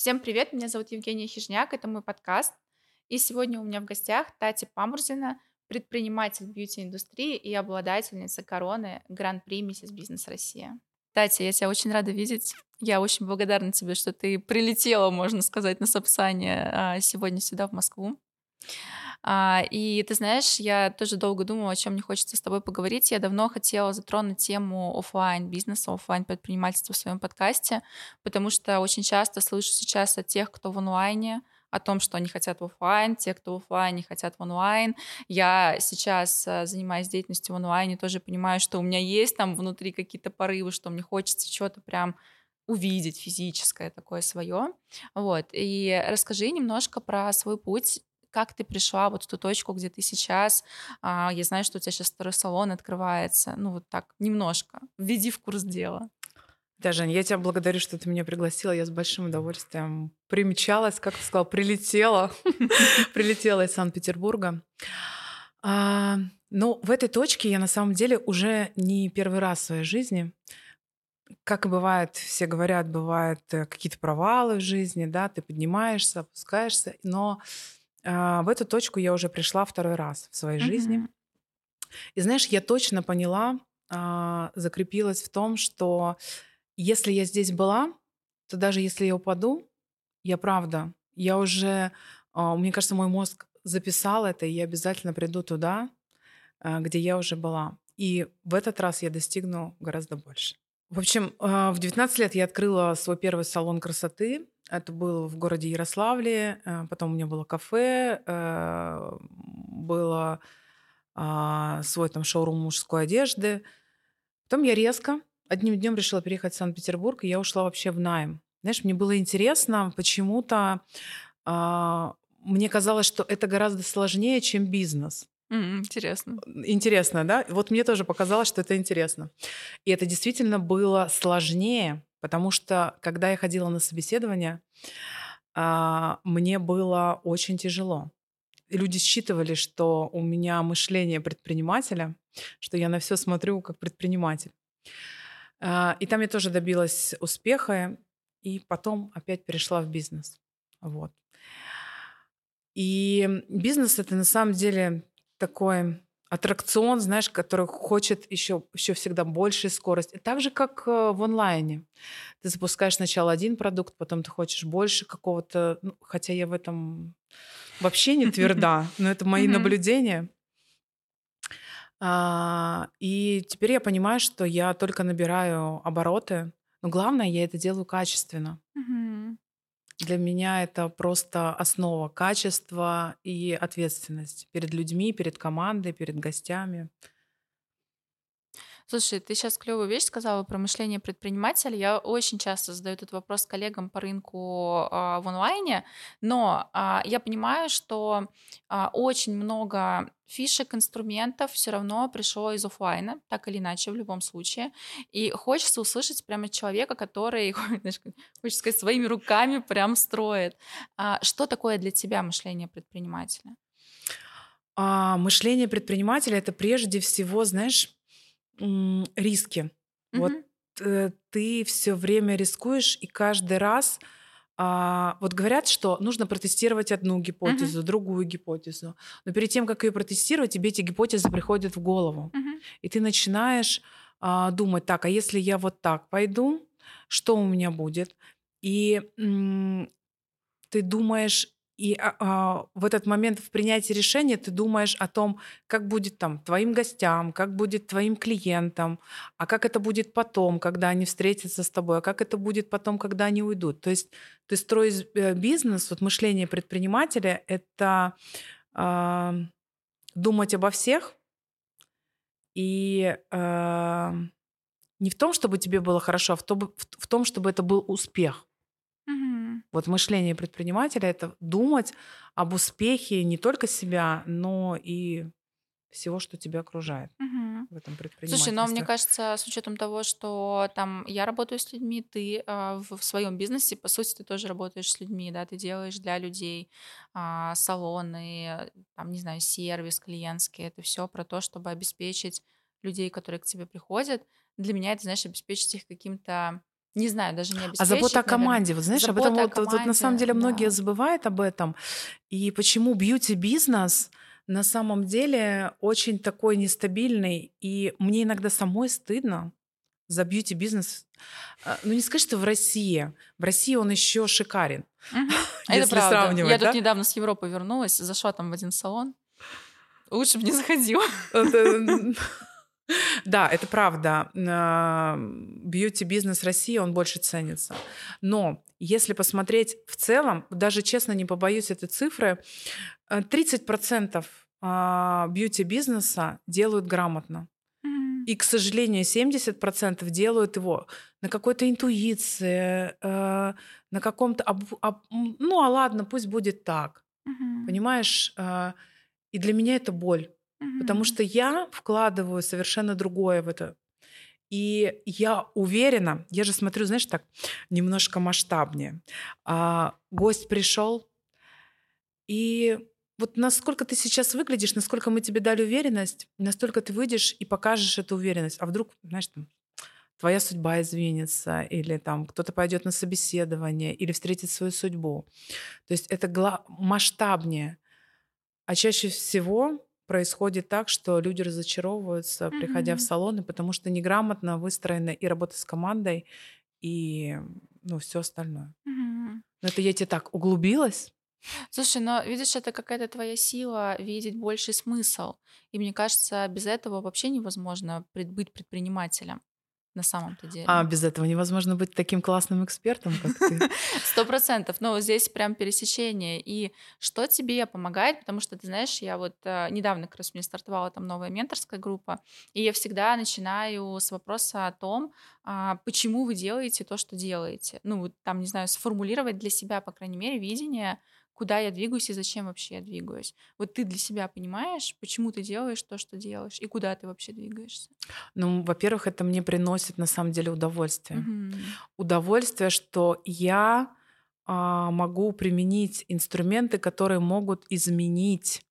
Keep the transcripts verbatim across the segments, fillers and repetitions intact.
Всем привет, меня зовут Евгения Хижняк, это мой подкаст. И сегодня у меня в гостях Татья Памурзина, предприниматель бьюти-индустрии и обладательница короны Гран-при Миссис Бизнес Россия. Татья, я тебя очень рада видеть. Я очень благодарна тебе, что ты прилетела, можно сказать, на Сапсане а, сегодня сюда, в Москву. А, и ты знаешь, я тоже долго думала, о чем мне хочется с тобой поговорить. Я давно хотела затронуть тему оффлайн бизнеса, оффлайн предпринимательства в своем подкасте, потому что очень часто слышу сейчас от тех, кто в онлайне, о том, что они хотят в оффлайн, те, кто в оффлайне, хотят в онлайн. Я сейчас, э, занимаясь деятельностью в онлайне, тоже понимаю, что у меня есть там внутри какие-то порывы, что мне хочется что-то прям увидеть физическое такое свое. Вот. И расскажи немножко про свой путь, как ты пришла вот в ту точку, где ты сейчас. А, я знаю, что у тебя сейчас второй салон открывается. Ну, вот так, немножко. Введи в курс дела. Да, Жень, я тебя благодарю, что ты меня пригласила. Я с большим удовольствием примчалась, как ты сказала, прилетела. Прилетела из Санкт-Петербурга. А, ну, в этой точке я на самом деле уже не первый раз в своей жизни. Как и бывает, все говорят, бывают э, какие-то провалы в жизни, да, ты поднимаешься, опускаешься. Но а, в эту точку я уже пришла второй раз в своей жизни. Мгм. И знаешь, я точно поняла, а, закрепилась в том, что если я здесь была, то даже если я упаду, я правда, я уже, а, мне кажется, мой мозг записал это, и я обязательно приду туда, а, где я уже была. И в этот раз я достигну гораздо больше. В общем, а, в девятнадцать лет я открыла свой первый салон красоты. Это был в городе Ярославле. э, Потом у меня было кафе, э, было а, свой там шоурум мужской одежды. Потом я резко одним днем решила переехать в Санкт-Петербург, и я ушла вообще в найм. Знаешь, мне было интересно, почему-то а, мне казалось, что это гораздо сложнее, чем бизнес. М, Интересно. Интересно, да? Вот мне тоже показалось, что это интересно. И это действительно было сложнее, потому что, когда я ходила на собеседование, а, мне было очень тяжело. И люди считывали, что у меня мышление предпринимателя, что я на все смотрю как предприниматель. А, и там я тоже добилась успеха, и потом опять перешла в бизнес. Вот. И бизнес — это на самом деле такой аттракцион, знаешь, который хочет еще, еще всегда большей скорости. Так же, как э, в онлайне. Ты запускаешь сначала один продукт, потом ты хочешь больше какого-то, ну, хотя я в этом вообще не тверда, но это мои Мгм. наблюдения. А, и теперь я понимаю, что я только набираю обороты, но главное, я это делаю качественно. Мгм. Для меня это просто основа качества и ответственность перед людьми, перед командой, перед гостями. Слушай, ты сейчас клевую вещь сказала про мышление предпринимателя. Я очень часто задаю этот вопрос коллегам по рынку а, в онлайне, но а, я понимаю, что а, очень много фишек, инструментов все равно пришло из оффлайна, так или иначе, в любом случае. И хочется услышать прямо человека, который, знаешь, как- хочется сказать, своими руками прям строит. А, что такое для тебя мышление предпринимателя? А мышление предпринимателя — это прежде всего, знаешь, м, риски. Вот Мгм. э, ты все время рискуешь, и каждый раз а, вот говорят, что нужно протестировать одну Мгм. гипотезу, другую гипотезу. Но перед тем, как ее протестировать, тебе эти гипотезы приходят в голову. Мгм. И ты начинаешь а, думать, так, а если я вот так пойду, что у меня будет? И м, ты думаешь, и а, а, в этот момент в принятии решения ты думаешь о том, как будет там твоим гостям, как будет твоим клиентам, а как это будет потом, когда они встретятся с тобой, а как это будет потом, когда они уйдут. То есть ты строишь э, бизнес, вот мышление предпринимателя — это а, думать обо всех и а, не в том, чтобы тебе было хорошо, а в том, в том, чтобы это был успех. Мгм. Вот мышление предпринимателя — это думать об успехе не только себя, но и всего, что тебя окружает Мгм. в этом Слушай, но мне предпринимательстве. кажется, с учетом того, что там я работаю с людьми, ты а, в, в своем бизнесе, по сути, ты тоже работаешь с людьми, да, ты делаешь для людей а, салоны, э, там, не знаю, сервис клиентский, это все про то, чтобы обеспечить людей, которые к тебе приходят. Для меня это, знаешь, обеспечить их каким-то Не знаю, даже не А забота о обеспечить, наверно. команде, вот знаешь, об этом Забота о вот вот вот на самом команде, деле многие да. забывают об этом. И почему бьюти-бизнес на самом деле очень такой нестабильный. И мне иногда самой стыдно за бьюти-бизнес. А, ну, не сказать, что в России. В России он еще шикарен, Мгм. Это если правда. Я сравнивать, тут да? недавно с Европы вернулась, зашла там в один салон. Лучше б не заходила. Это, н Да, это правда. На бьюти-бизнес России, он больше ценится. Но если посмотреть в целом, даже честно не побоюсь этой цифры, э, тридцать процентов а, бьюти-бизнеса делают грамотно. Мгм. И, к сожалению, семьдесят процентов делают его на какой-то интуиции, э, на каком-то аб аб м, ну, а ладно, пусть будет так. Мгм. Понимаешь? А, и для меня это боль, потому Мгм. что я вкладываю совершенно другое в это. И я уверена, я же смотрю, знаешь, так немножко масштабнее. А, гость пришел, и вот насколько ты сейчас выглядишь, насколько мы тебе дали уверенность, настолько ты выйдешь и покажешь эту уверенность. А вдруг, знаешь, там твоя судьба изменится, или там кто-то пойдет на собеседование, или встретит свою судьбу. То есть это гла- масштабнее. А чаще всего происходит так, что люди разочаровываются, приходя в Мгм. салоны, потому что неграмотно выстроена и работа с командой, и ну, все остальное. Мгм. Но это я тебе так углубилась. Слушай, но видишь, это какая-то твоя сила видеть больший смысл. И мне кажется, без этого вообще невозможно пред- быть предпринимателем на самом-то А деле. без этого невозможно быть таким классным экспертом, как ты. Сто процентов. Но вот здесь прям пересечение. И что тебе помогает? Потому что, ты знаешь, я вот э, недавно как раз у меня стартовала там новая менторская группа, и я всегда начинаю с вопроса о том, а, почему вы делаете то, что делаете. Ну, вот там, не знаю, сформулировать для себя, по крайней мере, видение, куда я двигаюсь и зачем вообще я двигаюсь. Вот ты для себя понимаешь, почему ты делаешь то, что делаешь, и куда ты вообще двигаешься? Ну, во-первых, это мне приносит на самом деле удовольствие. Мгм. Удовольствие, что я а, могу применить инструменты, которые могут изменить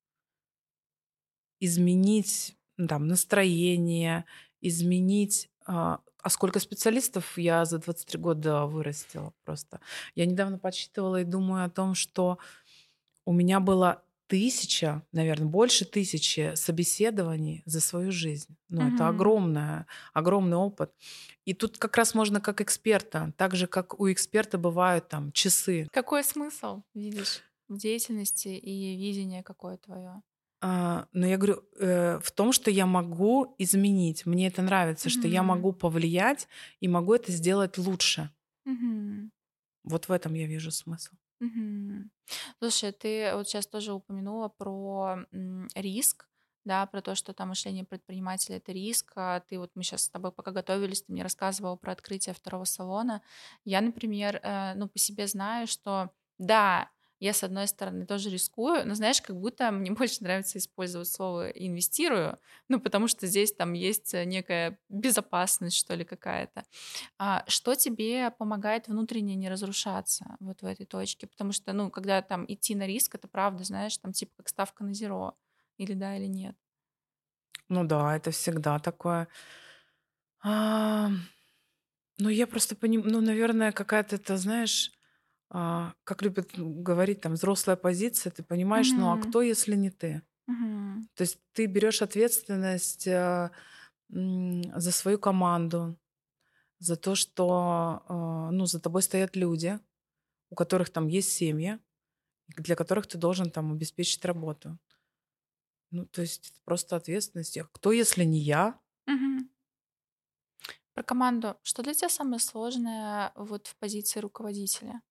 изменить, м, там, настроение, изменить. А, а сколько специалистов я за двадцать три года вырастила просто. Я недавно подсчитывала и думаю о том, что у меня было тысяча, наверное, больше тысячи собеседований за свою жизнь. Ну, это Мгм. огромное, огромный опыт. И тут как раз можно как эксперта, так же, как у эксперта бывают там часы. Какой смысл видишь в деятельности и видение какое твое? А, но я говорю, э, в том, что я могу изменить. Мне это нравится, что я Мгм. могу повлиять и могу это сделать лучше. Мгм. Вот в этом я вижу смысл. Мгм. Слушай, ты вот сейчас тоже упомянула про м, риск, да, про то, что там мышление предпринимателя это риск. А ты вот мы сейчас с тобой пока готовились, ты мне рассказывала про открытие второго салона. Я, например, э, ну по себе знаю, что да, я с одной стороны тоже рискую, но знаешь, как будто мне больше нравится использовать слово инвестирую, ну потому что здесь там есть э, некая безопасность, что ли, какая-то. А что тебе помогает внутренне не разрушаться вот в этой точке? Потому что, ну, когда там идти на риск, это правда, знаешь, там типа как ставка на зеро. Или да, или нет. Ну да, это всегда такое. А, ну я просто понимаю, ну, наверное, какая-то, это, знаешь, а, как любят м, говорить, там, взрослая позиция, ты понимаешь, ну а Мгм. кто, если не ты? Мгм. То есть ты берешь ответственность а, м, за свою команду, за то, что а, ну, за тобой стоят люди, у которых там есть семьи, для которых ты должен там обеспечить работу. Ну, то есть это просто ответственность. А кто, если не я? Мгм. Про команду. Что для тебя самое сложное вот в позиции руководителя?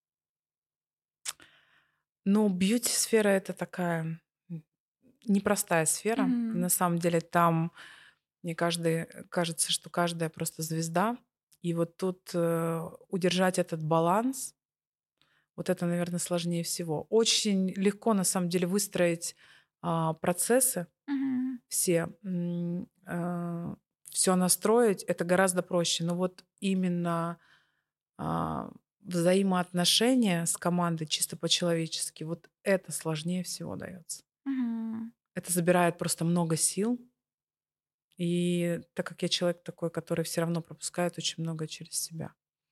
Ну, бьюти-сфера — это такая м, непростая сфера. Мгм. На самом деле там мне каждый, кажется, что каждая просто звезда. И вот тут э, удержать этот баланс, вот это, наверное, сложнее всего. Очень легко, на самом деле, выстроить а, процессы Мгм. все, все настроить, это гораздо проще. Но вот именно а, взаимоотношения с командой чисто по-человечески, вот это сложнее всего дается. Мгм. Это забирает просто много сил. И так как я человек такой, который все равно пропускает очень много через себя.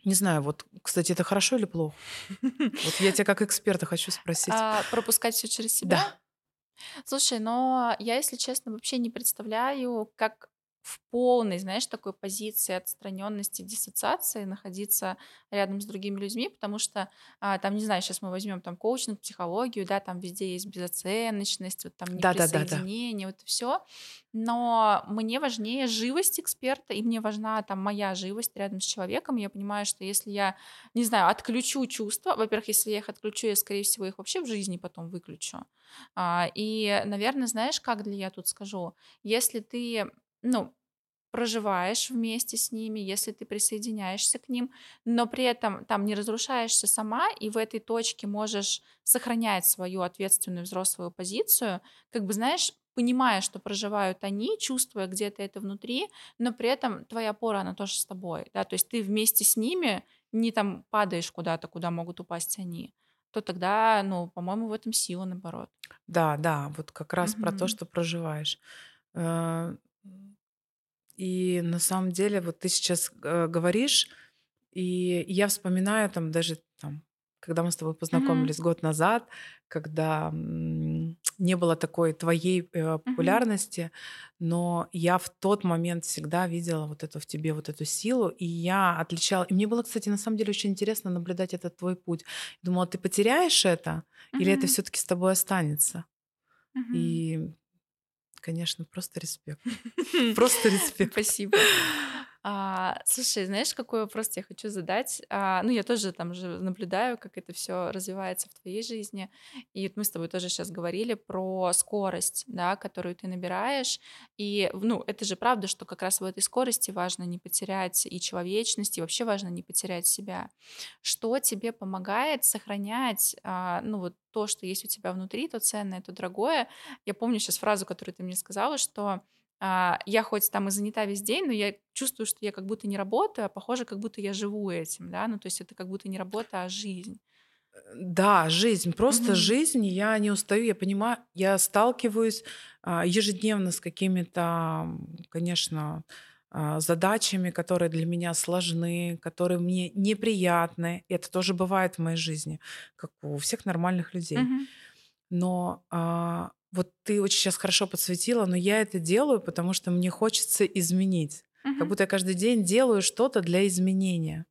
Не знаю, вот, кстати, это хорошо или плохо? Вот я тебя как эксперта хочу спросить. А, пропускать все через Да. себя? Слушай, но я, если честно, вообще не представляю, как в полной, знаешь, такой позиции отстраненности, диссоциации находиться рядом с другими людьми, потому что а, там, не знаю, сейчас мы возьмем там коучинг, психологию, да, там везде есть безоценочность, вот там Да-да-да-да. неприсоединение, вот все. Но мне важнее живость эксперта, и мне важна там моя живость рядом с человеком. Я понимаю, что если я, не знаю, отключу чувства, во-первых, если я их отключу, я, скорее всего, их вообще в жизни потом выключу. А, и, наверное, знаешь, как для я тут скажу? Если ты, ну, проживаешь вместе с ними, если ты присоединяешься к ним, но при этом там не разрушаешься сама и в этой точке можешь сохранять свою ответственную взрослую позицию, как бы, знаешь, понимая, что проживают они, чувствуя где-то это внутри, но при этом твоя опора, она тоже с тобой, да, то есть ты вместе с ними не там падаешь куда-то, куда могут упасть они, то тогда, ну, по-моему, в этом сила, наоборот. Да, да, вот как раз про то, Мгм. что проживаешь. Э, И на самом деле, вот ты сейчас э, говоришь, и я вспоминаю там даже там, когда мы с тобой Мгм. познакомились год назад, когда м, не было такой твоей э, Мгм. популярности, но я в тот момент всегда видела вот эту в тебе вот эту силу, и я отличала. И мне было, кстати, на самом деле очень интересно наблюдать этот твой путь. Думала, ты потеряешь это, или это Мгм. все-таки с тобой останется? Мгм. И, конечно, просто респект. Просто респект. Спасибо. А, слушай, знаешь, какой вопрос я хочу задать? А, ну, я тоже там же наблюдаю, как это все развивается в твоей жизни. И вот мы с тобой тоже сейчас говорили про скорость, да, которую ты набираешь. И, ну, это же правда, что как раз в этой скорости важно не потерять и человечность, и вообще важно не потерять себя. Что тебе помогает сохранять, а, ну, вот то, что есть у тебя внутри, то ценное, то дорогое? Я помню сейчас фразу, которую ты мне сказала, что а, я хоть там и занята весь день, но я чувствую, что я как будто не работаю, а похоже, как будто я живу этим, да, ну, то есть это как будто не работа, а жизнь. Да, жизнь, просто Мгм. жизнь. Я не устаю, я понимаю, я сталкиваюсь а, ежедневно с какими-то, м, конечно, а, задачами, которые для меня сложны, которые мне неприятны. И это тоже бывает в моей жизни, как у всех нормальных людей. Мгм. Но а, вот ты очень сейчас хорошо подсветила, но я это делаю, потому что мне хочется изменить. Как Мгм. будто я каждый день делаю что-то для изменения.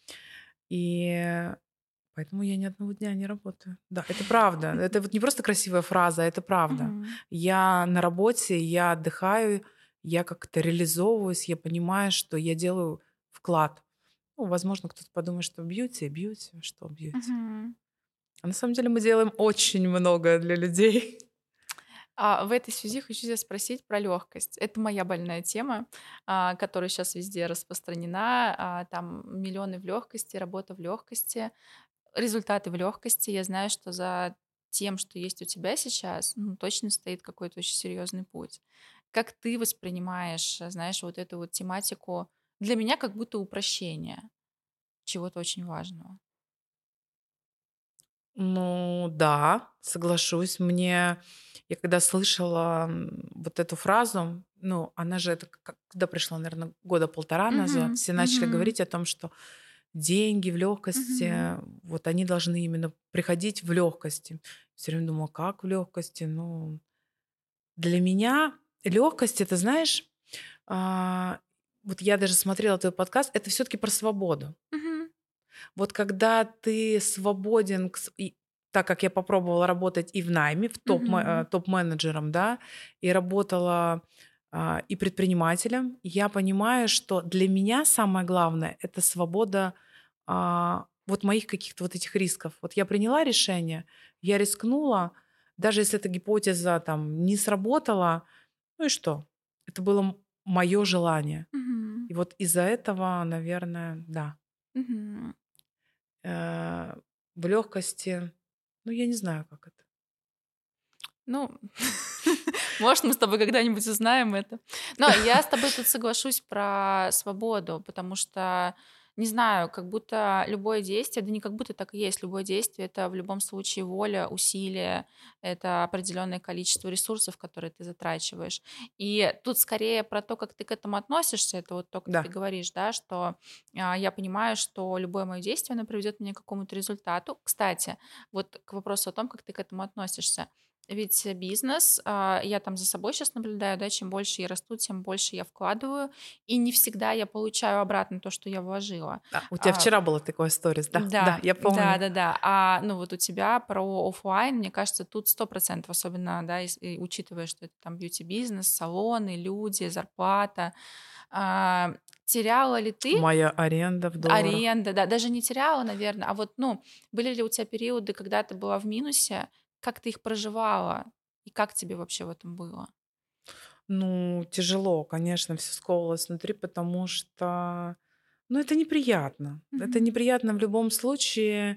И поэтому я ни одного дня не работаю. Да, это правда. Это вот не просто красивая фраза, а это правда. Мгм. Я на работе, я отдыхаю, я как-то реализовываюсь, я понимаю, что я делаю вклад. Ну, возможно, кто-то подумает, что бьюти, бьюти, что бьюти. Мгм. А на самом деле мы делаем очень многое для людей. А в этой связи хочу тебя спросить про легкость. Это моя больная тема, а, которая сейчас везде распространена. А, там миллионы в легкости, работа в легкости, результаты в легкости. Я знаю, что за тем, что есть у тебя сейчас, ну, точно стоит какой-то очень серьезный путь. Как ты воспринимаешь, э, знаешь, вот эту вот тематику? Для меня как будто упрощение чего-то очень важного. Ну да, соглашусь. Мне я когда слышала, м, вот эту фразу, ну, она же это к когда пришла, наверное, года полтора назад, Мгм. все начали Мгм. говорить о том, что деньги в Мгм. легкости, вот они должны именно приходить в легкости. Все время думала: "Как в легкости?" Ну, для меня легкость — это, знаешь, а, вот я даже смотрела твой подкаст, это все таки про свободу. Мгм. Вот когда ты свободен, к с и так как я попробовала работать и в найме, в топ ме э, Мгм. топ-менеджером, да, и работала, а, и предпринимателем, я понимаю, что для меня самое главное — это свобода, а, вот моих каких-то вот этих рисков. Вот я приняла решение, я рискнула, даже если эта гипотеза там не сработала, ну и что? Это было мое желание. Мгм. И вот из-за этого, наверное, да. Мгм. Э, в легкости, ну, я не знаю, как это. Ну, может, мы с тобой когда-нибудь узнаем это. Но я с тобой тут соглашусь про свободу, потому что не знаю, как будто любое действие, да не как будто так и есть, любое действие — это в любом случае воля, усилие, это определенное количество ресурсов, которые ты затрачиваешь. И тут скорее про то, как ты к этому относишься, это вот то, как ты Да. говоришь, да, что а, я понимаю, что любое мое действие, оно приведет меня к какому-то результату. Кстати, вот к вопросу о том, как ты к этому относишься. Ведь бизнес, а, я там за собой сейчас наблюдаю, да, чем больше я расту, тем больше я вкладываю, и не всегда я получаю обратно то, что я вложила. А, у тебя А, вчера было такое сторис, да? Да, да, я помню. да-да-да. А, ну, вот у тебя про оффлайн, мне кажется, тут сто процентов, особенно, да, ес и учитывая, что это там бьюти-бизнес, салоны, люди, зарплата. А, теряла ли ты Моя аренда в долларах. аренда, да, даже не теряла, наверно, а вот, ну, были ли у тебя периоды, когда ты была в минусе? Как ты их проживала? И как тебе вообще в этом было? Ну, тяжело, конечно, все сковывалось внутри, потому что, ну, это неприятно. Это Мгм. неприятно в любом случае.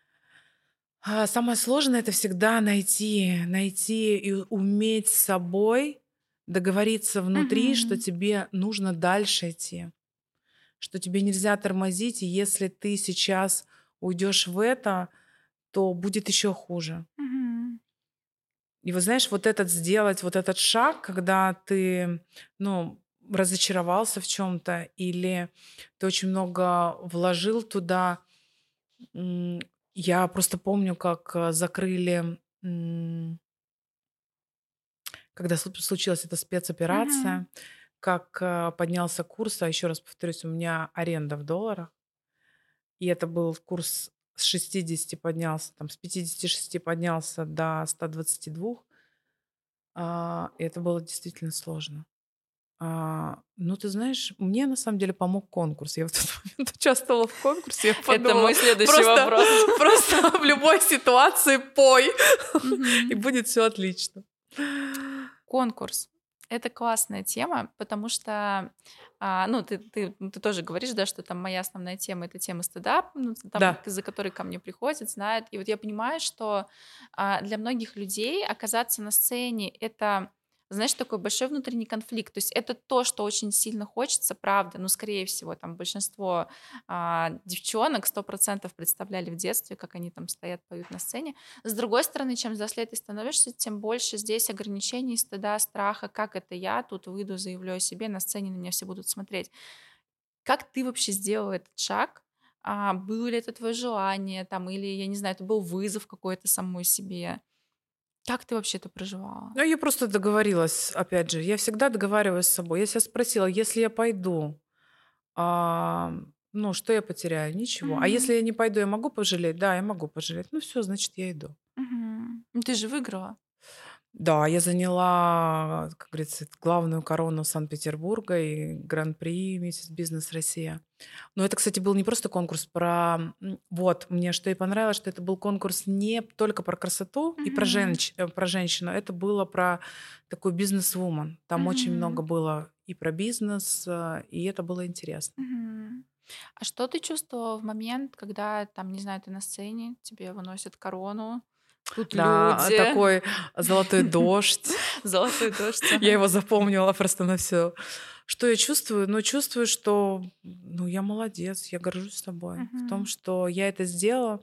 А, самое сложное — это всегда найти найти и уметь с собой договориться внутри, что Мгм. тебе нужно дальше идти, что тебе нельзя тормозить, и если ты сейчас уйдешь в это, то будет еще хуже. Мгм. И вот знаешь, вот этот сделать, вот этот шаг, когда ты, ну, разочаровался в чем то или ты очень много вложил туда. М, я просто помню, как, э, закрыли, м, когда слу случилась эта Мгм. спецоперация, как, э, поднялся курс. А еще раз повторюсь, у меня аренда в долларах, и это был курс с шестидесяти поднялся, там, с пятидесяти шести поднялся до ста двадцати двух. А, и это было действительно сложно. А, ну, ты знаешь, мне на самом деле помог конкурс. Я в тот момент участвовала в конкурсе, я Это подумала: мой следующий просто вопрос. просто в любой ситуации пой, и Мгм. будет все отлично. Конкурс. Это классная тема, потому что, а, ну, ты ты ну, ты тоже говоришь, да, что там моя основная тема — это тема стыда, ну, там, Да. за которой ко мне приходят, знают. И вот я понимаю, что, а, для многих людей оказаться на сцене — это, знаешь, такой большой внутренний конфликт. То есть это то, что очень сильно хочется, правда. Ну, скорее всего, там большинство, а, девчонок сто процентов представляли в детстве, как они там стоят, поют на сцене. С другой стороны, чем взрослее ты становишься, тем больше здесь ограничений, стыда, страха. Как это я тут выйду, заявлю о себе, на сцене на меня все будут смотреть. Как ты вообще сделала этот шаг? А, было ли это твое желание там, или, я не знаю, это был вызов какой-то самой себе? Как ты вообще это проживала? Ну, я просто договорилась, опять же, я всегда договариваюсь с собой. Я себя спросила: если я пойду, а, ну, что я потеряю? Ничего. А Мгм. если я не пойду, я могу пожалеть? Да, я могу пожалеть. Ну, все, значит, я иду. Мгм. Ну, ты же выиграла. Да, я заняла, как говорится, главную корону Санкт-Петербурга и гран-при «Миссис Бизнес Россия». Но это, кстати, был не просто конкурс про... м, Вот, мне что и понравилось, что это был конкурс не только про красоту и про, Мгм. женщ- э, про женщину, это было про такой бизнес-вумен. Там очень много Мгм. было и про бизнес, э, и это было интересно. Мгм. А что ты чувствовала в момент, когда, там, не знаю, ты на сцене, тебе выносят корону, тут Да, люди, такой золотой дождь. золотой дождь, Я ага. его запомнила просто на все. Что я чувствую? Ну, чувствую, что, ну, я молодец, я горжусь собой в том, Мгм. что я это сделала,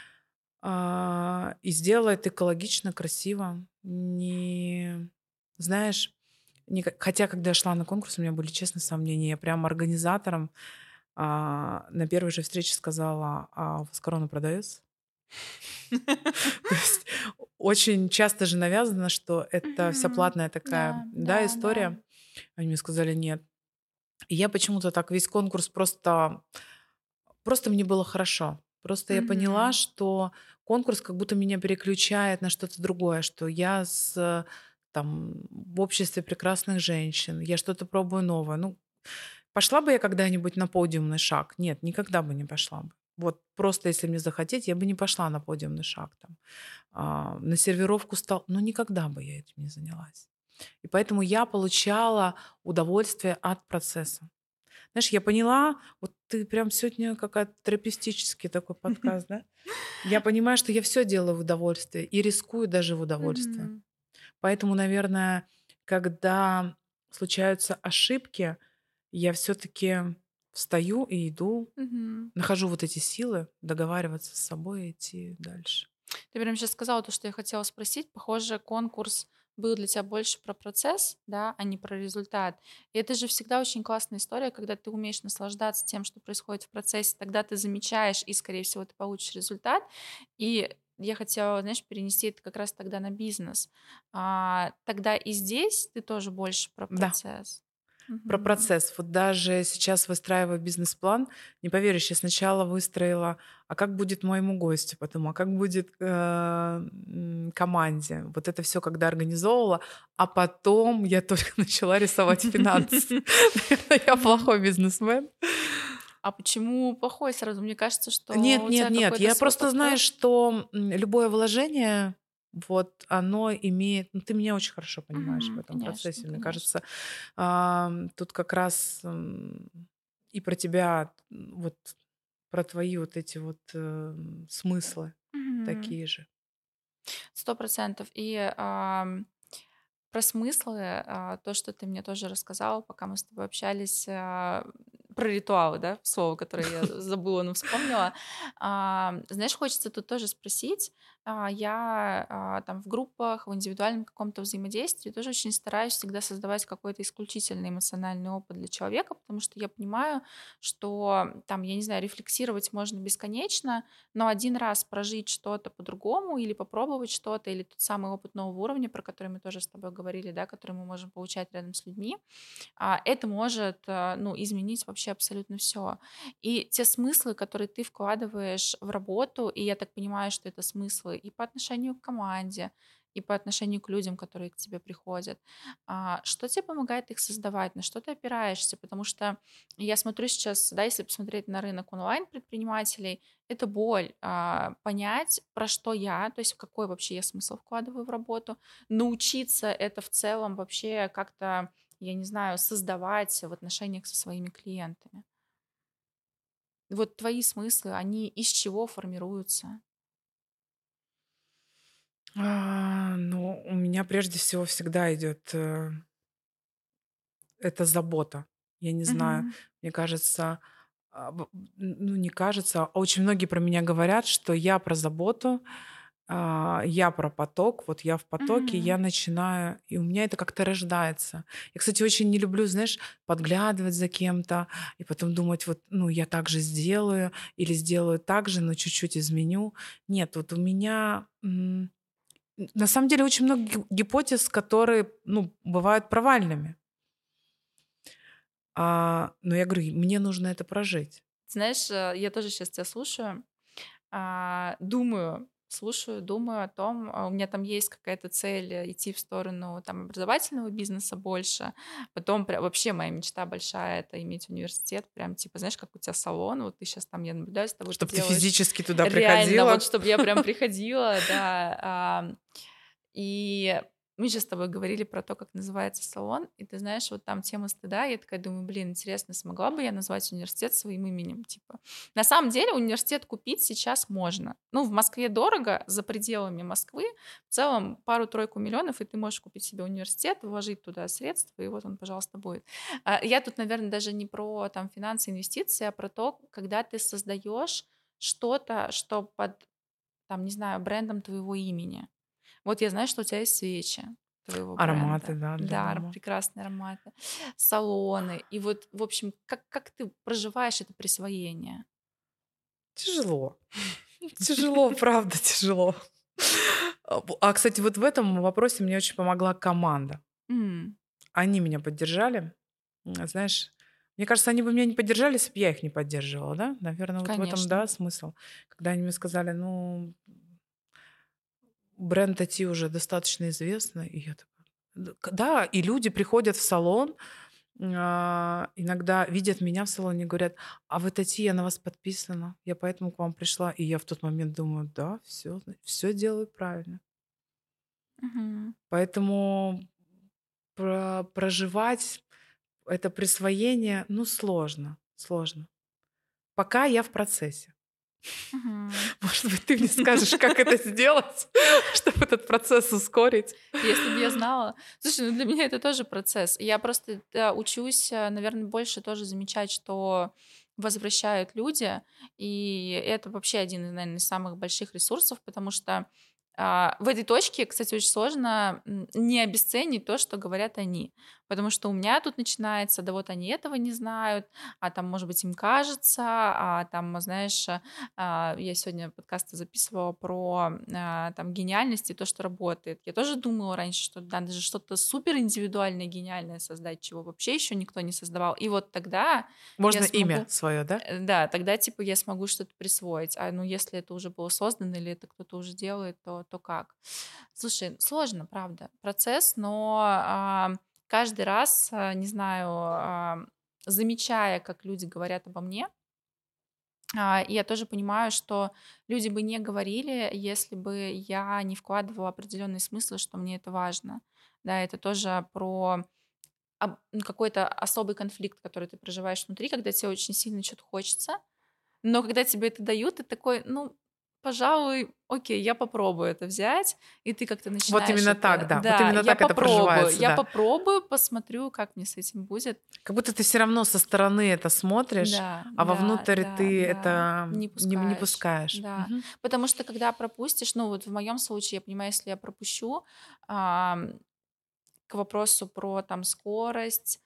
а, и сделала это экологично, красиво. Не знаешь, не ка хотя, когда я шла на конкурс, у меня были, честно, сомнения. Я прям организаторам, а, на первой же встрече сказала: "А у вас корона продается?" То есть очень часто же навязано, что это вся Мгм. платная такая, Да, да, да, да. история. Они мне сказали: "Нет". И я почему-то так весь конкурс просто просто мне было хорошо. Просто я поняла, Мгм. что конкурс как будто меня переключает на что-то другое, что я с там в обществе прекрасных женщин, я что-то пробую новое. Ну, пошла бы я когда-нибудь на подиумный шаг? Нет, никогда бы не пошла бы. Вот просто если мне захотеть, я бы не пошла на подиумный шаг там. А, на сервировку стал, ну, никогда бы я этим не занялась. И поэтому я получала удовольствие от процесса. Знаешь, я поняла, вот ты прям сегодня какая-то терапевтический такой подкаст, да? Я понимаю, что я все делаю в удовольствие и рискую даже в удовольствие. Мгм. Поэтому, наверное, когда случаются ошибки, я все таки встаю и иду, Мгм. нахожу вот эти силы договариваться с собой и идти дальше. Ты прям сейчас сказала то, что я хотела спросить. Похоже, конкурс был для тебя больше про процесс, да, а не про результат. И это же всегда очень классная история, когда ты умеешь наслаждаться тем, что происходит в процессе, тогда ты замечаешь, и, скорее всего, ты получишь результат. И я хотела, знаешь, перенести это как раз тогда на бизнес. А, тогда и здесь ты тоже больше про Да. процесс. Про Мгм. процесс. Вот даже сейчас выстраиваю бизнес-план. Не поверишь, я сначала выстроила, а как будет моему гостю потом, а как будет э, м, команде. Вот это все, когда организовывала, а потом я только начала рисовать финансы. Наверно, я Мгм. плохой бизнесмен. А почему плохой сразу? Мне кажется, что Нет, у нет, тебя нет. какой-то Я свой просто знаю, подход. что м, любое вложение, вот оно имеет... Ну, ты меня очень хорошо понимаешь в Мгм. этом Конечно, процессе. Мне конечно. кажется, ам, тут как раз м, и про тебя, м, вот про твои вот эти вот эм, смыслы Мгм. такие же. сто процентов. И, ам, про смыслы, а, то, что ты мне тоже рассказала, пока мы с тобой общались, а, про ритуалы, да, слово, которое я забыла, но вспомнила. А, знаешь, хочется тут тоже спросить. А, я, а, там в группах, в индивидуальном каком-то взаимодействии тоже очень стараюсь всегда создавать какой-то исключительный эмоциональный опыт для человека, потому что я понимаю, что там, я не знаю, рефлексировать можно бесконечно, но один раз прожить что-то по-другому или попробовать что-то, или тот самый опыт нового уровня, про который мы тоже с тобой говорили, да, который мы можем получать рядом с людьми, а, это может, а, ну, изменить вообще абсолютно все. И те смыслы, которые ты вкладываешь в работу, и я так понимаю, что это смыслы и по отношению к команде, и по отношению к людям, которые к тебе приходят. А, что тебе помогает их создавать? На что ты опираешься? Потому что я смотрю сейчас, да, если посмотреть на рынок онлайн-предпринимателей, это боль, а, понять, про что я, то есть какой вообще я смысл вкладываю в работу, научиться это в целом вообще как-то, я не знаю, создавать в отношениях со своими клиентами. Вот твои смыслы, они из чего формируются? А, ну, у меня прежде всего всегда идет э, это забота. Я не знаю, Мгм. мне кажется, а, б- ну не кажется, а очень многие про меня говорят, что я про заботу, а, я про поток, вот я в потоке, Мгм. я начинаю, и у меня это как-то рождается. Я, кстати, очень не люблю, знаешь, подглядывать за кем-то и потом думать, вот, ну, я так же сделаю или сделаю так же, но чуть-чуть изменю. Нет, вот у меня м, на самом деле очень много ги- гипотез, которые, ну, бывают провальными. А, но я говорю, мне нужно это прожить. Знаешь, э, я тоже сейчас тебя слушаю, а, думаю, слушаю, думаю о том, а, у меня там есть какая-то цель э, идти в сторону там образовательного бизнеса больше. Потом пря- вообще моя мечта большая — это иметь университет, прям типа, знаешь, как у тебя салон, вот ты сейчас там, я наблюдаю за тобой, ты Чтобы ты делаешь физически туда реально, вот приходила. чтобы я прям приходила, да, а, и мы же с тобой говорили про то, как называется салон, и ты знаешь, вот там тема стыда, я такая думаю, блин, интересно, смогла бы я назвать университет своим именем, типа. На самом деле университет купить сейчас можно. Ну, в Москве дорого, за пределами Москвы в целом пару-тройку миллионов, и ты можешь купить себе университет, вложить туда средства, и вот он, пожалуйста, будет. А, Я тут, наверное, даже не про там финансы, инвестиции, а про то, когда ты создаешь что-то, что под, там, не знаю, брендом твоего имени. Вот я знаю, что у тебя есть свечи твоего Ароматы, бренда. да, для Да, ар- дома. прекрасные ароматы, салоны. И вот, в общем, как, как ты проживаешь это присвоение? Тяжело. Тяжело, правда, тяжело. А, б а, кстати, вот в этом вопросе мне очень помогла команда. М, Они меня поддержали. М, знаешь, мне кажется, они бы меня не поддержали, если б я их не поддерживала, да? Наверное, вот в этом, Конечно. да, смысл. Когда они мне сказали: "Ну, бренд Тати уже достаточно известный". И я такая: "Д к да". И люди приходят в салон, а, иногда видят меня в салоне и говорят: "А вы Тати, я на вас подписана, я поэтому к вам пришла". И я в тот момент думаю: "Да, все, все делаю правильно". Мгм. Поэтому про проживать это присвоение, ну, сложно, сложно. Пока я в процессе. Мгм. Может быть, ты мне скажешь, как это сделать, чтобы этот процесс ускорить? Если бы я знала. Слушай, ну для меня это тоже процесс. Я просто, да, учусь, наверное, больше тоже замечать, что возвращают люди, и это вообще один из, наверно, из самых больших ресурсов, потому что, а, в этой точке, кстати, очень сложно, м, не обесценить то, что говорят они. Потому что у меня тут начинается: "Да вот они этого не знают, а там, может быть, им кажется, а там, знаешь, а, я сегодня подкасты записывала про, а, там гениальность и то, что работает. Я тоже думала раньше, что надо же что-то супер индивидуальное, гениальное создать, чего вообще еще никто не создавал. И вот тогда я Можно имя смогу, свое, да? э, да, тогда типа я смогу что-то присвоить. А ну если это уже было создано или это кто-то уже делает, то, то как? Слушай, сложно, правда, процесс, но а, каждый раз, а, не знаю, а, замечая, как люди говорят обо мне, а, я тоже понимаю, что люди бы не говорили, если бы я не вкладывала определенные смыслы, что мне это важно. Да, это тоже про об- м, какой-то особый конфликт, который ты проживаешь внутри, когда тебе очень сильно что-то хочется, но когда тебе это дают, ты такой, ну, пожалуй, окей, я попробую это взять, и ты как-то Вот начинаешь именно так, это, да. Вот да, именно я так это попробую, проживается, я да. попробую, посмотрю, как мне с этим будет. Как будто ты все равно со стороны это смотришь, Да, а да, вовнутрь да, ты да, это не не не пускаешь, пускаешь. да. Мгм. Потому что когда пропустишь, ну, вот в моем случае, я понимаю, если я пропущу, ам, к вопросу про там скорость,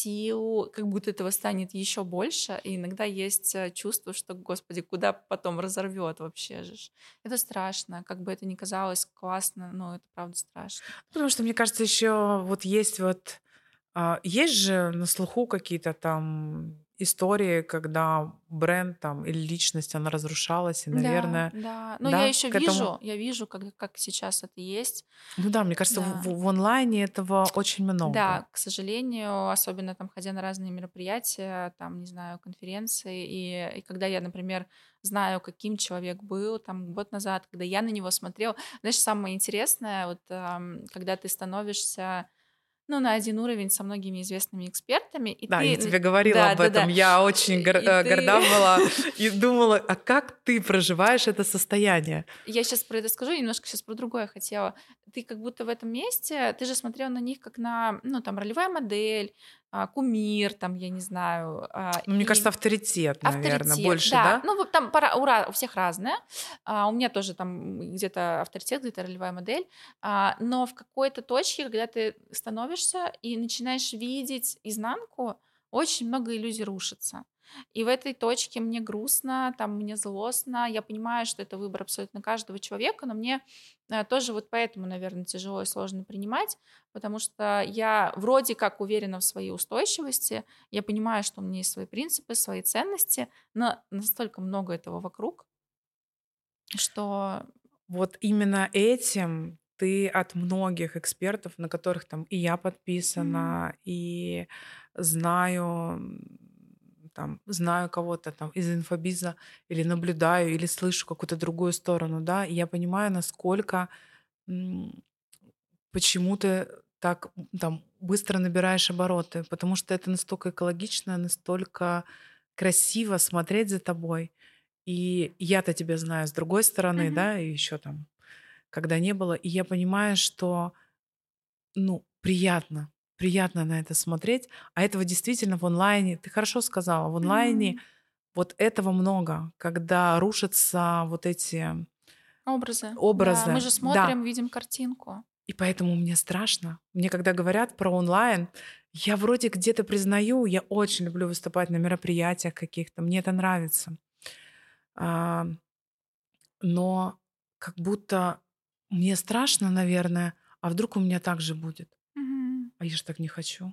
силу, как будто этого станет еще больше, и иногда есть, э, чувство, что, господи, куда потом разорвет вообще же ж. Это страшно, как бы это ни казалось классно, но это правда страшно. Потому что, мне кажется, еще вот есть вот, а, есть же на слуху какие-то там истории, когда бренд там или личность, она разрушалась, и, Да, наверное, да. Но я да, еще к этому. вижу, я вижу, как как сейчас это есть. Ну да, мне кажется, в Да. в в онлайне этого очень много. Да, к сожалению, особенно там ходя на разные мероприятия, там, не знаю, конференции, и, и когда я, например, знаю, каким человек был там год назад, когда я на него смотрела, знаешь, самое интересное, вот ам, когда ты становишься, ну, на один уровень со многими известными экспертами, и Да, я ты, тебе говорила да, об да, этом. да, Я очень гор и э, ты горда была и думала: "А как ты проживаешь это состояние?" Я сейчас про это скажу, немножко сейчас про другое хотела. Ты как будто в этом месте, ты же смотрел на них как на, ну, там, ролевая модель, а, кумир, там, я не знаю, а, Ну, мне кажется, и авторитет, наверно, авторитет. больше, Да, да? ну, вот там пора, ура, у всех разное. А, у меня тоже там м, где-то авторитет, где-то ролевая модель. А, но в какой-то точке, когда ты становишься и начинаешь видеть изнанку, очень много иллюзий рушится. И в этой точке мне грустно, там мне злостно. Я понимаю, что это выбор абсолютно каждого человека, но мне э, тоже вот поэтому, наверное, тяжело и сложно принимать, потому что я вроде как уверена в своей устойчивости, я понимаю, что у меня есть свои принципы, свои ценности, но настолько много этого вокруг, что... Вот именно этим ты от многих экспертов, на которых там и я Мгм. подписана, и знаю, м, там, знаю кого-то там из инфобиза, или наблюдаю, или слышу какую-то другую сторону, да, и я понимаю, насколько, м, почему ты так, м, там быстро набираешь обороты, потому что это настолько экологично, настолько красиво смотреть за тобой. И я-то тебя знаю с другой стороны, Мгм. да, и еще там когда не было. И я понимаю, что, ну, приятно, приятно на это смотреть. А этого действительно в онлайне, ты хорошо сказала, в онлайне Мгм. вот этого много, когда рушатся вот эти Образы, да. Мы образы. же Да, смотрим, видим картинку. и поэтому мне страшно. Мне когда говорят про онлайн, я вроде где-то признаю, я очень люблю выступать на мероприятиях каких-то, мне это нравится. А, но как будто мне страшно, наверное, а вдруг у меня так же будет? Мгм. А я ж так не хочу.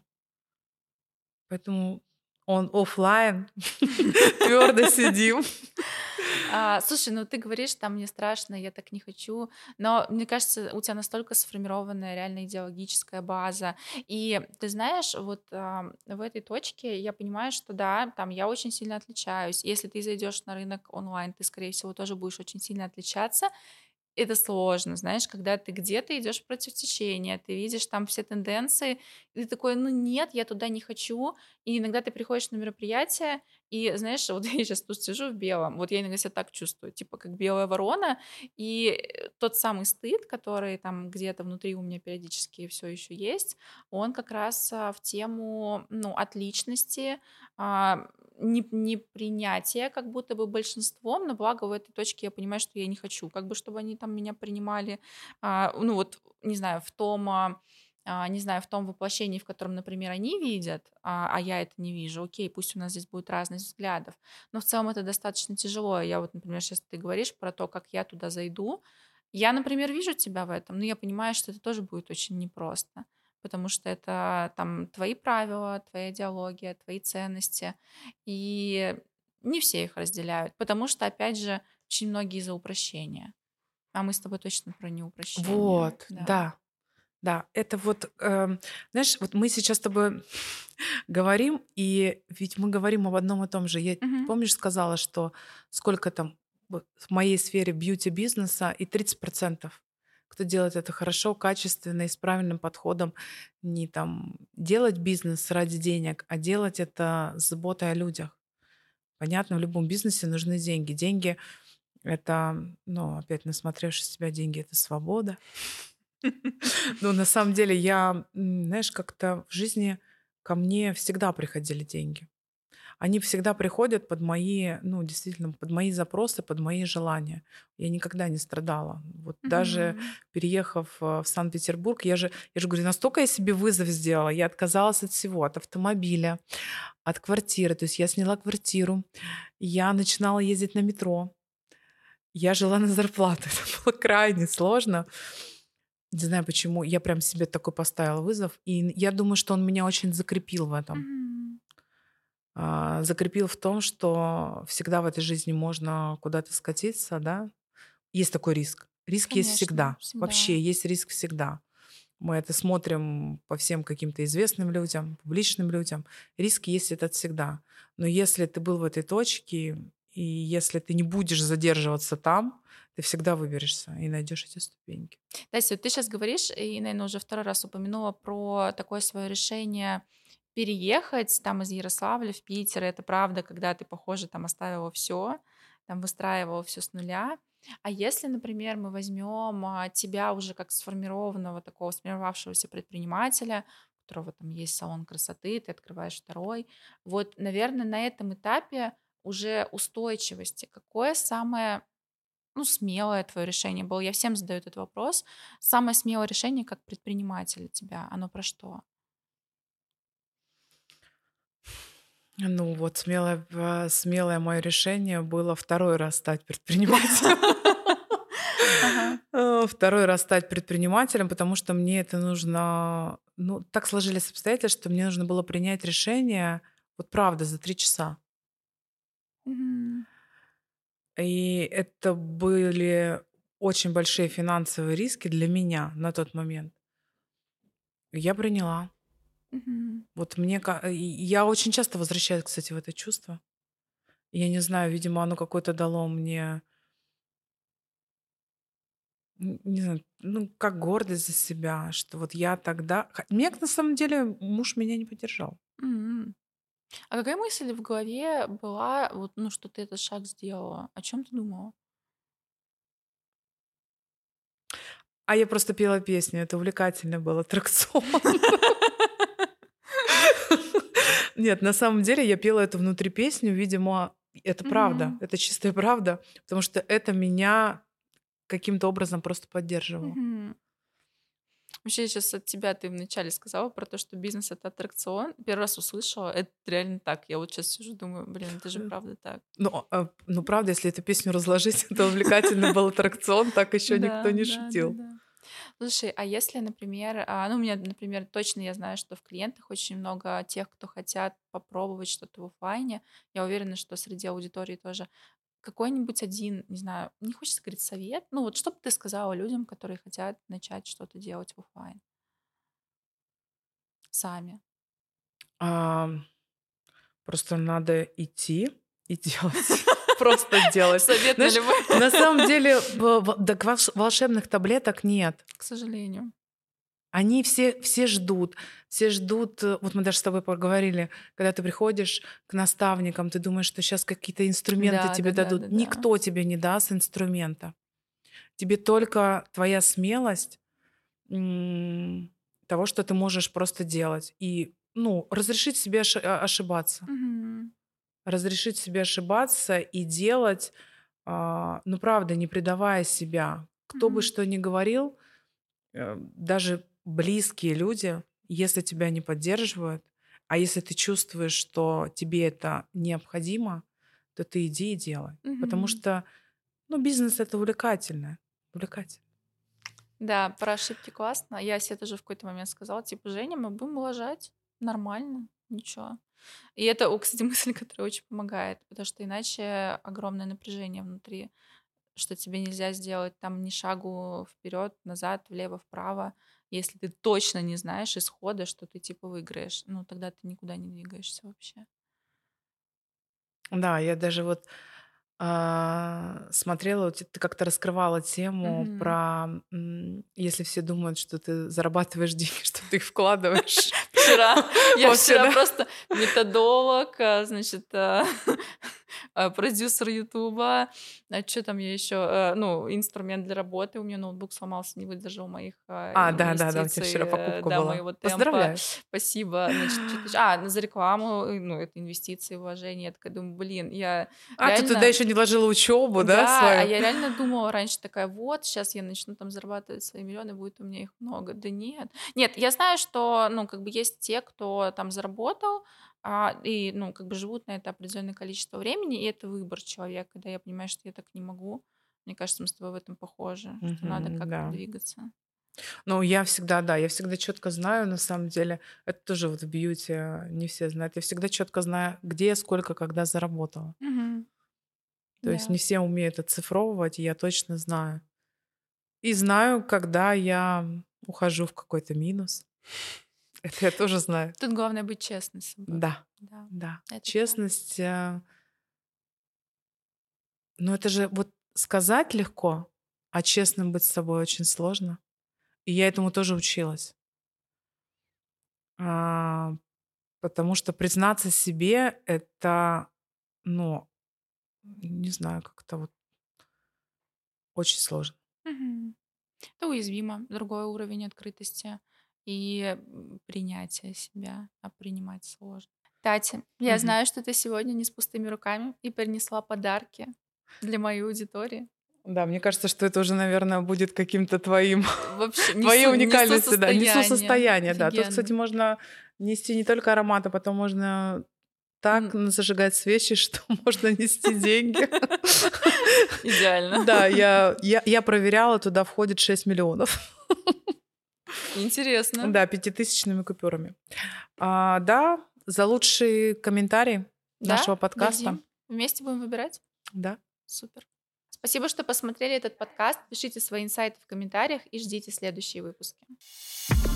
Поэтому он оффлайн, твердо сидим. А, слушай, ну ты говоришь, там мне страшно, я так не хочу, но мне кажется, у тебя настолько сформированная реально идеологическая база. И ты знаешь, вот а, в этой точке я понимаю, что да, там я очень сильно отличаюсь. Если ты зайдешь на рынок онлайн, ты, скорее всего, тоже будешь очень сильно отличаться. это сложно, знаешь, когда ты где-то идешь против течения, ты видишь там все тенденции, и ты такой: "Ну нет, я туда не хочу". И иногда ты приходишь на мероприятие, и знаешь, вот я щас тут сижу в белом, вот я иногда себя так чувствую, типа как белая ворона, и, э, тот самый стыд, который там где-то внутри у меня периодически всё еще есть, он как раз, а, в тему, ну, от личности, а, не непринятия как будто бы большинством, но благо в этой точке я понимаю, что я не хочу, как бы чтобы они там меня принимали, а, ну вот, не знаю, в том, а, а, не знаю, в том воплощении, в котором, например, они видят, а, а я это не вижу. Окей, пусть у нас здесь будет разность взглядов, но в целом это достаточно тяжело. Я вот, например, щас ты говоришь про то, как я туда зайду. Я, например, вижу тебя в этом, но я понимаю, что это тоже будет очень непросто, потому что это там твои правила, твоя идеология, твои ценности, и не все их разделяют, потому что, опять же, очень многие за упрощение, а мы с тобой точно про неупрощение, Вот, да. да, да. Это вот, эм, знаешь, вот мы сейчас с тобой говорим, и ведь мы говорим об одном и том же. Я, Мгм. помнишь, сказала, что сколько там вот в моей сфере бьюти-бизнеса, и тридцать процентов, кто делает это хорошо, качественно и с правильным подходом. Не там делать бизнес ради денег, а делать это с заботой о людях. Понятно, в любом бизнесе нужны деньги. Деньги- это, ну, опять насмотревшись себя, деньги- это свобода. Но на самом деле я, м, знаешь, как-то в жизни ко мне всегда приходили деньги. Они всегда приходят под мои, ну, действительно, под мои запросы, под мои желания. Я никогда не страдала. Вот даже Мгм. переехав, а, в Санкт-Петербург, я же я же говорю, настолько я себе вызов сделала. Я отказалась от всего: от автомобиля, от квартиры. То есть я сняла квартиру, я начинала ездить на метро, я жила на зарплату. Это было крайне сложно. Не знаю почему. Я прям себе такой поставила вызов, и н я думаю, что он меня очень закрепил в этом. Мгм. А, закрепил в том, что всегда в этой жизни можно куда-то скатиться, да. Есть такой риск. Риск есть Конечно, всегда. всегда. Вообще есть риск всегда. Мы это смотрим по всем каким-то известным людям, публичным людям. Риски есть этот всегда. Но если ты был в этой точке, и если ты не будешь задерживаться там, ты всегда выберешься и найдешь эти ступеньки. Тася, вот ты щас говоришь, и, наверно, уже второй раз упомянула про такое свое решение переехать там из Ярославля в Питер. Это правда, когда ты, похоже, там оставила всё, там выстраивала всё с нуля. А если, например, мы возьмем, а, тебя уже как сформированного, такого сформировавшегося предпринимателя, у которого там есть салон красоты, ты открываешь второй. Вот, наверно, на этом этапе уже устойчивости какое самое, ну, смелое твое решение было? Я всем задаю этот вопрос. Самое смелое решение как предпринимателя тебя, оно про что? Ну вот смелое в смелое мое решение было второй раз стать предпринимателем. Ага. А, второй раз стать предпринимателем, потому что мне это нужно ну, так сложились обстоятельства, что мне нужно было принять решение, вот правда, за три часа. Мгм. И это были очень большие финансовые риски для меня на тот момент. Я приняла. Мгм. Вот мне ка и я очень часто возвращаюсь, кстати, в это чувство. Я не знаю, видимо, оно какое-то дало мне н не знаю, ну, как гордость за себя, что вот я тогда ха меня, на самом деле, муж меня не поддержал. М. А какая мысль в голове была, вот, ну, что ты этот шаг сделала? О чём ты думала? А я просто пела песню. Это увлекательный был аттракцион. Нет, на самом деле я пела эту внутри песню. Видимо, это правда, Мгм. это чистая правда, потому что это меня каким-то образом просто поддерживало. Мгм. Вообще, я щас от тебя ты вначале сказала про то, что бизнес- это аттракцион. первый раз услышала. Это реально так. Я вот щас сижу, думаю: "Блин, это же Э, правда так". ну, а, ну, правда, если эту песню разложить, это увлекательный был аттракцион, так еще никто Да, не да, шутил. да-да. Слушай, а если, например, а, ну, у меня, например, точно я знаю, что в клиентах очень много тех, кто хотят попробовать что-то в оффлайне. Я уверена, что среди аудитории тоже. Какой-нибудь один, не знаю, не хочется говорить совет, ну, вот что бы ты сказала людям, которые хотят начать что-то делать в оффлайн? Сами. Ам, просто надо идти и делать. просто делать. Совет на Знаешь, любой. на самом деле в- в- так волш- волшебных таблеток нет. К сожалению. Они все, все ждут, все ждут. э, Вот мы даже с тобой поговорили, когда ты приходишь к наставникам, ты думаешь, что сейчас какие-то инструменты Да, тебе да, да, дадут. да, да. Никто тебе не даст инструмента. Тебе только твоя смелость м, того, что ты можешь просто делать. И, ну, разрешить себе оши- а- ошибаться. Мгм. Разрешить себе ошибаться и делать, а, ну, правда, не предавая себя. Кто бы Мгм. что ни говорил, э, даже близкие люди, если тебя не поддерживают, а если ты чувствуешь, что тебе это необходимо, то ты иди и делай. Потому Мгм. что, ну, бизнес это увлекательно. Увлекательно. Да, про ошибки классно. Я себе тоже в какой-то момент сказала, типа, Женя, мы будем лажать. Нормально, ничего. И это, о, кстати, мысль, которая очень помогает, потому что иначе огромное напряжение внутри, что тебе нельзя сделать там ни шагу вперед, назад, влево, вправо, если ты точно не знаешь исхода, что ты типа выиграешь. Ну, тогда ты никуда не двигаешься вообще. Да, я даже вот а, смотрела, вот ты как-то раскрывала тему Мгм. про, м, если все думают, что ты зарабатываешь деньги, что ты их вкладываешь. Вчера, я Вообще, вчера да? просто методолог, а, значит, а, а, продюсер Ютуба, а чё там я еще, э, ну, инструмент для работы, у меня ноутбук сломался, не выдержал моих а, А, да-да-да, у тебя инвестиций, вчера э, покупка да, была. моего темпа. Поздравляю. Спасибо. Значит, что-то еще. А, ну, за рекламу, э, ну, это инвестиции, вложения. Я такая думаю, блин, я А, ты туда реально... еще не вложила учебу, да, Да, а свою? я реально думала раньше такая, вот, сейчас я начну там зарабатывать свои миллионы, будет у меня их много. Да нет. Нет, я знаю, что, ну, как бы есть те, кто там заработал, а, и, ну, как бы живут на это определенное количество времени, и это выбор человека. Да, я понимаю, что я так не могу. Мне кажется, мы с тобой в этом похожи, что надо Мгм, как-то да. двигаться. Ну, я всегда, да, я всегда четко знаю, на самом деле, это тоже вот в бьюти э, не все знают. Я всегда четко знаю, где, сколько, когда заработала. Мгм. То есть Да. не все умеют оцифровывать, и я точно знаю. И знаю, когда я ухожу в какой-то минус. Это я тоже знаю. Тут главное быть честной с собой. Да, Да, да. это так. Честность, э, но это же вот сказать легко, а честным быть с собой очень сложно. И я этому тоже училась. А, потому что признаться себе — это, ну, не знаю, как-то вот очень сложно. Мгм. Это уязвимо, другой уровень открытости и м, принятия себя, а принимать сложно. Тати, я Мгм. знаю, что ты сегодня не с пустыми руками и принесла подарки для моей аудитории. Да, мне кажется, что это уже, наверное, будет каким-то твоим Вообще твоей несу, несу уникальностью, да. Несу состояние. состояние, да. Тут, кстати, Офигенно. можно нести не только аромат, а потом можно так М, н зажигать свечи, что можно нести деньги. Идеально. Да, я я я проверяла, туда входит шесть миллионов. Интересно. Да, пятитысячными купюрами. А, да, за лучший комментарий Да, нашего подкаста. дадим. Вместе будем выбирать? Да. Супер. Спасибо, что посмотрели этот подкаст. Пишите свои инсайты в комментариях и ждите следующие выпуски.